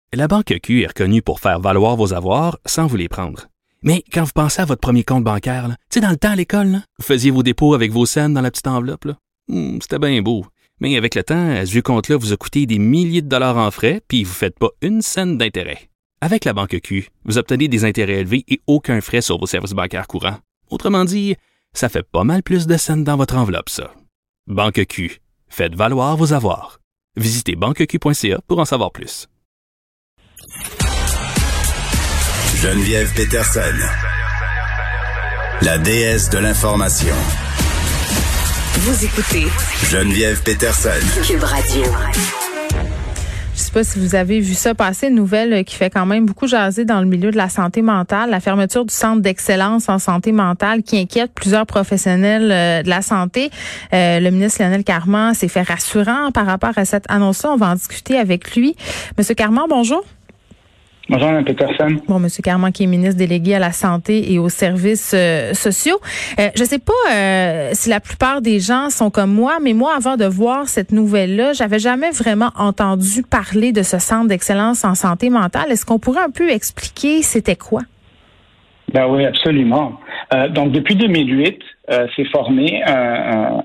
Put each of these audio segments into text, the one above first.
La Banque Q est reconnue pour faire valoir vos avoirs sans vous les prendre. Mais quand vous pensez à votre premier compte bancaire, tu sais, dans le temps à l'école, là, vous faisiez vos dépôts avec vos scènes dans la petite enveloppe. Là. C'était bien beau. Mais avec le temps, ce vieux compte-là vous a coûté des milliers de dollars en frais, puis vous ne faites pas une scène d'intérêt. Avec la Banque Q, vous obtenez des intérêts élevés et aucun frais sur vos services bancaires courants. Autrement dit, ça fait pas mal plus de scènes dans votre enveloppe, ça. Banque Q. Faites valoir vos avoirs. Visitez banqueq.ca pour en savoir plus. Geneviève Peterson, la déesse de l'information. Vous écoutez Geneviève Peterson, Cube Radio. Je sais pas si vous avez vu ça passer, une nouvelle qui fait quand même beaucoup jaser dans le milieu de la santé mentale, la fermeture du centre d'excellence en santé mentale qui inquiète plusieurs professionnels de la santé. Le ministre Lionel Carman s'est fait rassurant par rapport à cette annonce-là. On va en discuter avec lui. Monsieur Carman, bonjour. Bonjour, Mme Peterson. Bon, Monsieur Carman, qui est ministre délégué à la santé et aux services sociaux. Je sais pas si la plupart des gens sont comme moi, mais moi, avant de voir cette nouvelle-là, j'avais jamais vraiment entendu parler de ce centre d'excellence en santé mentale. Est-ce qu'on pourrait un peu expliquer c'était quoi? Ben oui, absolument. Donc, depuis 2008, s'est formé à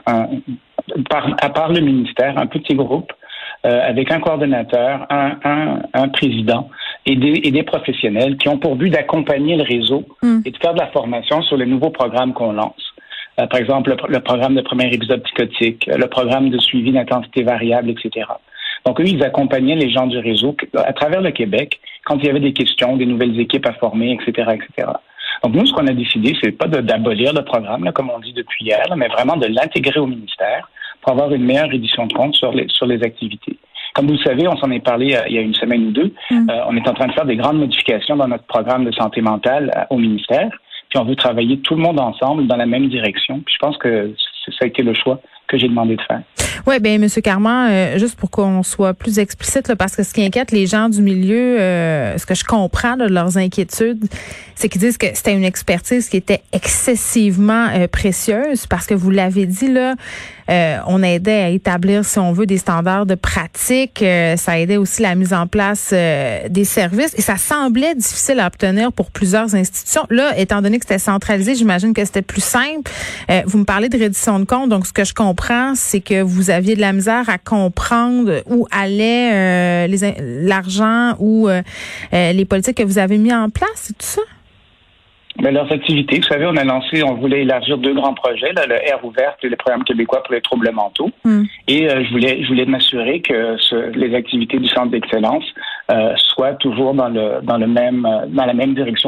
part le ministère, un petit groupe avec un coordonnateur, un président et des professionnels qui ont pour but d'accompagner le réseau et de faire de la formation sur les nouveaux programmes qu'on lance. Par exemple, le programme de premier épisode psychotique, le programme de suivi d'intensité variable, etc. Donc, eux, ils accompagnaient les gens du réseau à travers le Québec quand il y avait des questions, des nouvelles équipes à former, etc., etc. Donc, nous, ce qu'on a décidé, c'est pas d'abolir le programme, là, comme on dit depuis hier, là, mais vraiment de l'intégrer au ministère pour avoir une meilleure reddition de compte sur les activités. Comme vous le savez, on s'en est parlé il y a une semaine ou deux. On est en train de faire des grandes modifications dans notre programme de santé mentale au ministère. Puis on veut travailler tout le monde ensemble dans la même direction. Puis je pense que ça a été le choix que j'ai demandé de faire. Oui, bien, M. Carman, juste pour qu'on soit plus explicite, là, parce que ce qui inquiète les gens du milieu, ce que je comprends là, de leurs inquiétudes, c'est qu'ils disent que c'était une expertise qui était excessivement précieuse, parce que vous l'avez dit, là, on aidait à établir, si on veut, des standards de pratique. Ça aidait aussi la mise en place des services. Et ça semblait difficile à obtenir pour plusieurs institutions. Là, étant donné que c'était centralisé, j'imagine que c'était plus simple. Vous me parlez de reddition de compte. Donc, ce que je comprends, c'est que vous aviez de la misère à comprendre où allait l'argent ou les politiques que vous avez mis en place. C'est tout ça? Mais leurs activités, vous savez, on voulait élargir 2 grands projets, là, le Air ouverte et le programme québécois pour les troubles mentaux. Et je voulais m'assurer que les activités du centre d'excellence soient toujours dans la même direction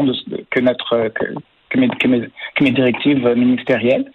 que mes directives ministérielles.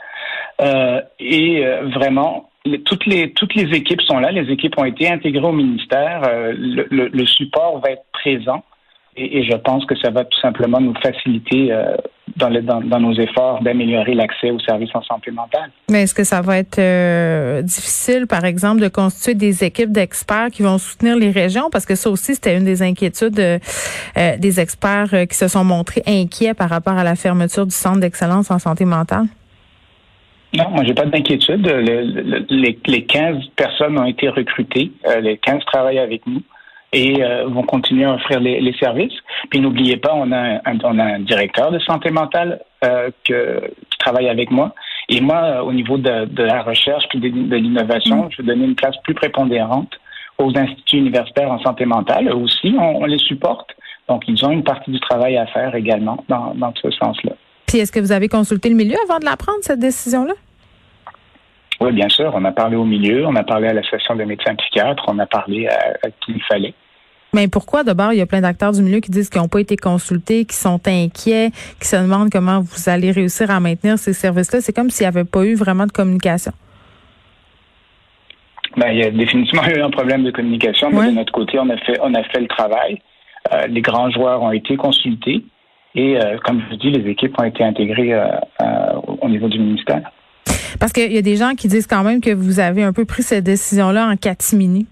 Vraiment, toutes les équipes sont là. Les équipes ont été intégrées au ministère. Le support va être présent. Et je pense que ça va tout simplement nous faciliter dans nos efforts d'améliorer l'accès aux services en santé mentale. Mais est-ce que ça va être difficile, par exemple, de constituer des équipes d'experts qui vont soutenir les régions? Parce que ça aussi, c'était une des inquiétudes des experts qui se sont montrés inquiets par rapport à la fermeture du centre d'excellence en santé mentale. Non, moi, j'ai pas d'inquiétude. Les 15 personnes ont été recrutées. Les 15 travaillent avec nous et vont continuer à offrir les services. Puis n'oubliez pas, on a un directeur de santé mentale qui travaille avec moi. Et moi, au niveau de la recherche puis de l'innovation, je vais donner une place plus prépondérante aux instituts universitaires en santé mentale. Eux aussi, on les supporte. Donc, ils ont une partie du travail à faire également dans ce sens-là. Puis, est-ce que vous avez consulté le milieu avant de la prendre, cette décision-là? Oui, bien sûr. On a parlé au milieu, on a parlé à l'association des médecins psychiatres, on a parlé à qui il fallait. Mais pourquoi, d'abord, il y a plein d'acteurs du milieu qui disent qu'ils n'ont pas été consultés, qui sont inquiets, qui se demandent comment vous allez réussir à maintenir ces services-là? C'est comme s'il n'y avait pas eu vraiment de communication. Il y a définitivement eu un problème de communication, mais de notre côté, on a fait le travail. Les grands joueurs ont été consultés et, comme je vous dis, les équipes ont été intégrées au niveau du ministère. Parce qu'il y a des gens qui disent quand même que vous avez un peu pris cette décision-là en catimini.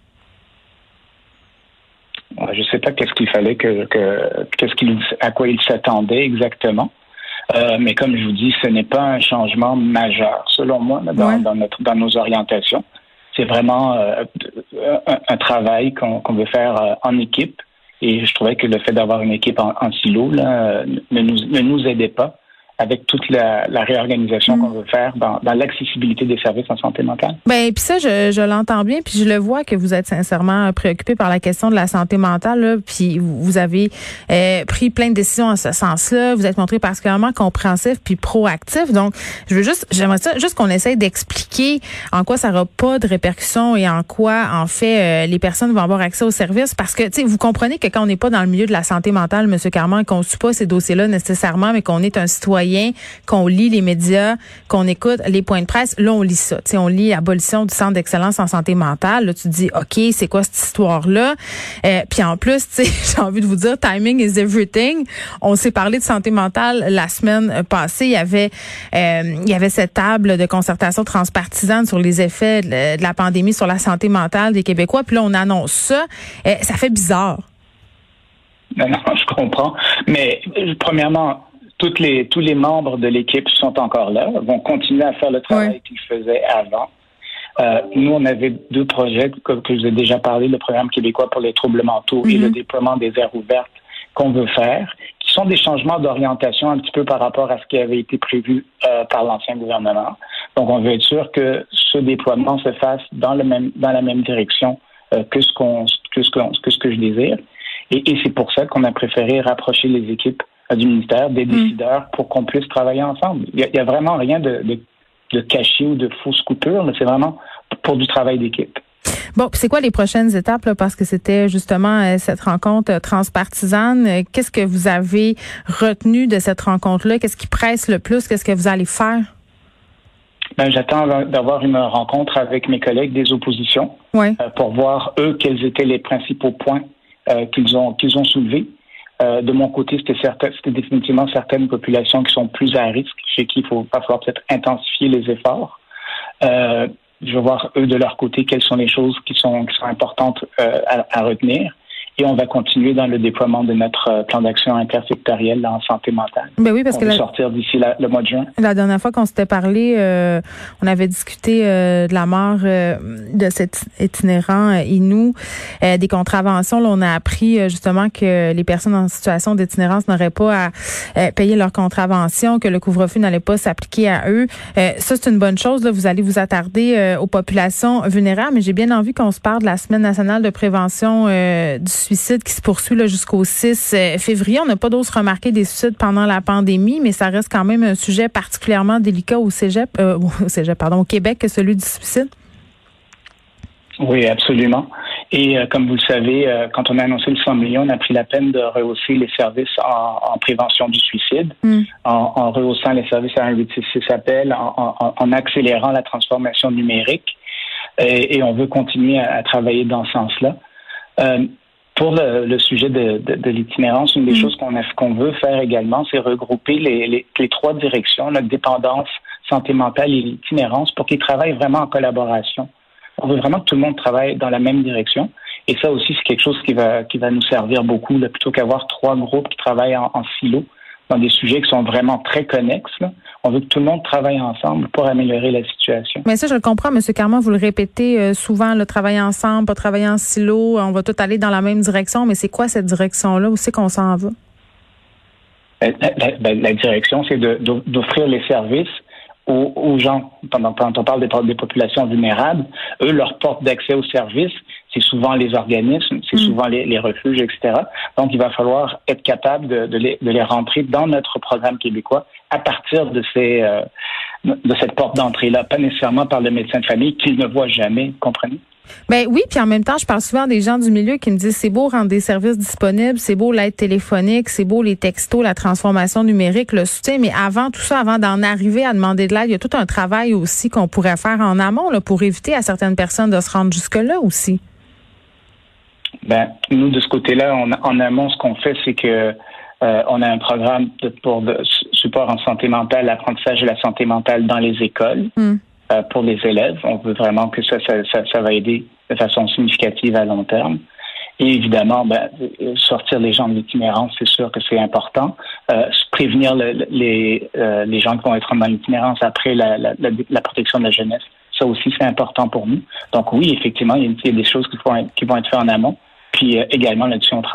Je ne sais pas qu'est-ce qu'il fallait à quoi ils s'attendaient exactement. Mais comme je vous dis, ce n'est pas un changement majeur, selon moi, dans nos orientations. C'est vraiment un travail qu'on veut faire en équipe Et je trouvais que le fait d'avoir une équipe en silo là, ne nous aidait pas avec toute la réorganisation qu'on veut faire dans l'accessibilité des services en santé mentale. Ben puis ça, je l'entends bien, puis je le vois que vous êtes sincèrement préoccupé par la question de la santé mentale, là, puis vous avez pris plein de décisions en ce sens-là. Vous êtes montré particulièrement compréhensif puis proactif. Donc, j'aimerais ça juste qu'on essaye d'expliquer en quoi ça n'aura pas de répercussions et en quoi, en fait, les personnes vont avoir accès aux services. Parce que, tu sais, vous comprenez que quand on n'est pas dans le milieu de la santé mentale, M. Carman, qu'on ne suit pas ces dossiers-là nécessairement, mais qu'on est un citoyen, qu'on lit les médias, qu'on écoute les points de presse, là, on lit ça. Tu sais, on lit abolition du Centre d'excellence en santé mentale. Là, tu te dis, OK, c'est quoi cette histoire-là? Puis en plus, tu sais, j'ai envie de vous dire, timing is everything. On s'est parlé de santé mentale la semaine passée. Il y avait cette table de concertation transpartisane sur les effets de la pandémie sur la santé mentale des Québécois. Puis là, on annonce ça. Ça fait bizarre. Non, je comprends. Mais premièrement, tous les membres de l'équipe sont encore là, vont continuer à faire le travail qu'ils faisaient avant. Nous, on avait 2 projets que je vous ai déjà parlé, le programme québécois pour les troubles mentaux et le déploiement des aires ouvertes qu'on veut faire, qui sont des changements d'orientation un petit peu par rapport à ce qui avait été prévu par l'ancien gouvernement. Donc, on veut être sûr que ce déploiement se fasse dans la même direction que ce que je désire. Et c'est pour ça qu'on a préféré rapprocher les équipes du ministère, des décideurs, pour qu'on puisse travailler ensemble. Il y a vraiment rien de caché ou de fausse coupure, mais c'est vraiment pour du travail d'équipe. Bon, c'est quoi les prochaines étapes, là, parce que c'était justement cette rencontre transpartisane. Qu'est-ce que vous avez retenu de cette rencontre-là? Qu'est-ce qui presse le plus? Qu'est-ce que vous allez faire? Ben, j'attends d'avoir une rencontre avec mes collègues des oppositions pour voir, eux, quels étaient les principaux points qu'ils ont soulevés. De mon côté, c'était définitivement certaines populations qui sont plus à risque, chez qui il va falloir peut-être intensifier les efforts. Je vais voir, eux, de leur côté, quelles sont les choses qui sont importantes à retenir. Et on va continuer dans le déploiement de notre plan d'action intersectoriel en santé mentale. Ben oui, parce on que va sortir d'ici le mois de juin. La dernière fois qu'on s'était parlé, on avait discuté de la mort de cet itinérant Innu, des contraventions. Là, on a appris justement que les personnes en situation d'itinérance n'auraient pas à payer leurs contraventions, que le couvre-feu n'allait pas s'appliquer à eux. Ça, c'est une bonne chose. Là, vous allez vous attarder aux populations vulnérables, mais j'ai bien envie qu'on se parle de la Semaine nationale de prévention du suicide qui se poursuit là, jusqu'au 6 février. On n'a pas d'autres remarqué des suicides pendant la pandémie, mais ça reste quand même un sujet particulièrement délicat au Québec que celui du suicide. Oui, absolument. Et comme vous le savez, quand on a annoncé le 100 millions, on a pris la peine de rehausser les services en prévention du suicide, en rehaussant les services à 1866 appels, en accélérant la transformation numérique. Et on veut continuer à travailler dans ce sens-là. Pour le sujet de l'itinérance, une des choses qu'on veut faire également, c'est regrouper les 3 directions, notre dépendance, santé mentale et l'itinérance, pour qu'ils travaillent vraiment en collaboration. On veut vraiment que tout le monde travaille dans la même direction. Et ça aussi, c'est quelque chose qui va nous servir beaucoup, là, plutôt qu'avoir 3 groupes qui travaillent en silo dans des sujets qui sont vraiment très connexes. Là. On veut que tout le monde travaille ensemble pour améliorer la situation. Mais ça, je le comprends, M. Carman, vous le répétez souvent, le travailler ensemble, pas travailler en silo, on va tout aller dans la même direction, mais c'est quoi cette direction-là? Où c'est qu'on s'en va? La direction, c'est d'offrir les services aux gens. Quand on parle des populations vulnérables, eux, leur porte d'accès aux services, c'est souvent les organismes, c'est souvent les refuges, etc. Donc, il va falloir être capable de les rentrer dans notre programme québécois à partir de cette porte d'entrée-là, pas nécessairement par le médecin de famille qu'il ne voit jamais, comprenez? Ben oui, puis en même temps, je parle souvent des gens du milieu qui me disent c'est beau rendre des services disponibles, c'est beau l'aide téléphonique, c'est beau les textos, la transformation numérique, le soutien, mais avant tout ça, avant d'en arriver à demander de l'aide, il y a tout un travail aussi qu'on pourrait faire en amont là, pour éviter à certaines personnes de se rendre jusque-là aussi. Ben, nous, de ce côté-là, en amont, ce qu'on fait, c'est que on a un programme pour support en santé mentale, l'apprentissage de la santé mentale dans les écoles. Pour les élèves. On veut vraiment que ça va aider de façon significative à long terme. Et évidemment, sortir les gens de l'itinérance, c'est sûr que c'est important. Prévenir les gens qui vont être dans l'itinérance après la protection de la jeunesse, ça aussi, c'est important pour nous. Donc oui, effectivement, il y a des choses qui vont être faites en amont. Puis également, là-dessus, on travaille.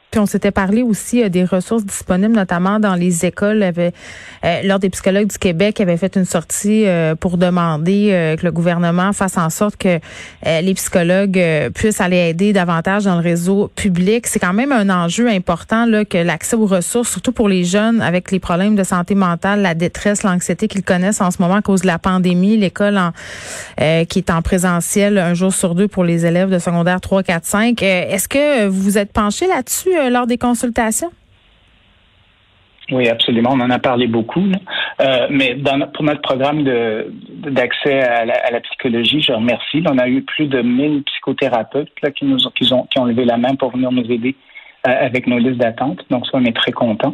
Puis on s'était parlé aussi des ressources disponibles, notamment dans les écoles. L'Ordre des psychologues du Québec avait fait une sortie pour demander que le gouvernement fasse en sorte que les psychologues puissent aller aider davantage dans le réseau public. C'est quand même un enjeu important là, que l'accès aux ressources, surtout pour les jeunes avec les problèmes de santé mentale, la détresse, l'anxiété qu'ils connaissent en ce moment à cause de la pandémie, l'école qui est en présentiel un jour sur deux pour les élèves de secondaire 3, 4, 5. Est-ce que vous vous êtes penché là-dessus lors des consultations? Oui, absolument. On en a parlé beaucoup. Mais pour notre programme d'accès à la psychologie, je remercie. On a eu plus de 1000 psychothérapeutes là, qui ont levé la main pour venir nous aider avec nos listes d'attente. Donc, ça, on est très contents.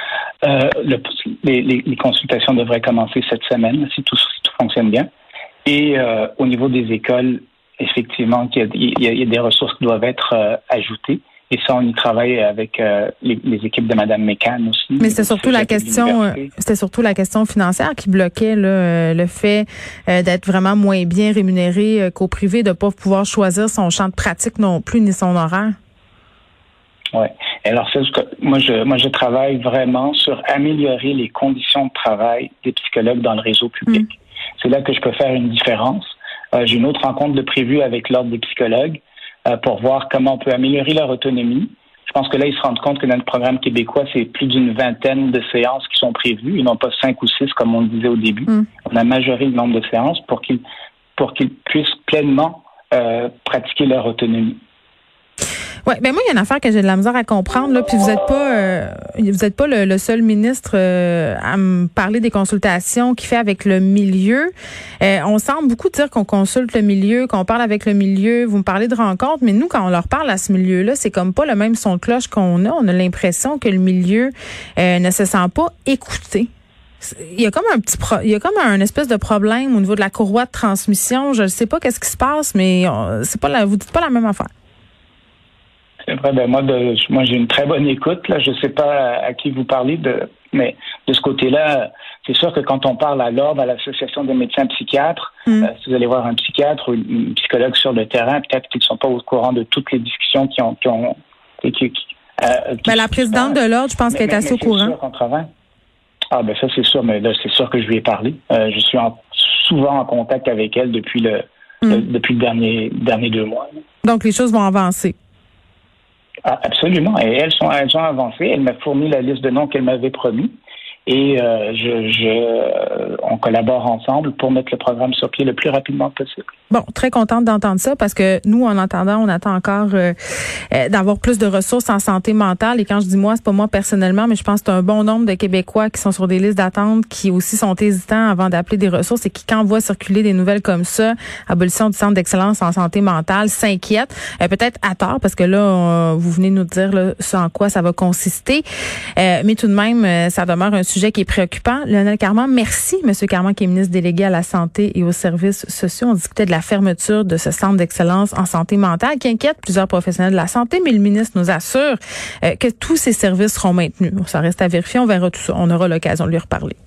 Les consultations devraient commencer cette semaine, si tout fonctionne bien. Et au niveau des écoles, effectivement, il y a des ressources qui doivent être ajoutées. Et ça, on y travaille avec les équipes de Mme Mécan aussi. Mais c'était surtout la question financière qui bloquait là, le fait d'être vraiment moins bien rémunéré qu'au privé, de ne pas pouvoir choisir son champ de pratique non plus ni son horaire. Oui. Alors, moi, je travaille vraiment sur améliorer les conditions de travail des psychologues dans le réseau public. C'est là que je peux faire une différence. J'ai une autre rencontre de prévue avec l'Ordre des psychologues pour voir comment on peut améliorer leur autonomie. Je pense que là, ils se rendent compte que dans le programme québécois, c'est plus d'une vingtaine de séances qui sont prévues, et non pas 5 ou 6 comme on le disait au début. On a majoré le nombre de séances pour qu'ils puissent pleinement pratiquer leur autonomie. Ouais, ben moi il y a une affaire que j'ai de la misère à comprendre là, puis vous êtes pas le seul ministre à me parler des consultations qu'il fait avec le milieu. On semble beaucoup dire qu'on consulte le milieu, qu'on parle avec le milieu. Vous me parlez de rencontres, mais nous quand on leur parle à ce milieu-là, c'est comme pas le même son de cloche qu'on a. On a l'impression que le milieu ne se sent pas écouté. Il y a comme un espèce de problème au niveau de la courroie de transmission. Je ne sais pas qu'est-ce qui se passe, mais vous dites pas la même affaire. C'est vrai, moi j'ai une très bonne écoute. Là, je ne sais pas à qui vous parlez mais de ce côté-là, c'est sûr que quand on parle à l'Ordre, à l'Association des médecins psychiatres, si vous allez voir un psychiatre ou une psychologue sur le terrain, peut-être qu'ils ne sont pas au courant de toutes les discussions qui ont la présidente de l'Ordre, je pense qu'elle est assez au courant. Sûr qu'on travaille. Ah ben ça c'est sûr, mais là c'est sûr que je lui ai parlé. Je suis souvent en contact avec elle depuis le dernier 2 mois. Donc les choses vont avancer. Ah, absolument. Et elles ont avancé. Elle m'a fourni la liste de noms qu'elle m'avait promis. Et on collabore ensemble pour mettre le programme sur pied le plus rapidement possible. Bon, très contente d'entendre ça parce que nous, en attendant, on attend encore d'avoir plus de ressources en santé mentale. Et quand je dis moi, c'est pas moi personnellement, mais je pense que c'est un bon nombre de Québécois qui sont sur des listes d'attente, qui aussi sont hésitants avant d'appeler des ressources et qui, quand voient circuler des nouvelles comme ça, abolition du Centre d'excellence en santé mentale, s'inquiètent. Peut-être à tort parce que là, vous venez nous dire là, en quoi ça va consister. Mais tout de même, ça demeure un sujet qui est préoccupant. Lionel Carman, merci. Monsieur Carman, qui est ministre délégué à la Santé et aux services sociaux. On discutait de la fermeture de ce centre d'excellence en santé mentale qui inquiète plusieurs professionnels de la santé, mais le ministre nous assure que tous ces services seront maintenus. Ça reste à vérifier. On verra tout ça. On aura l'occasion de lui reparler.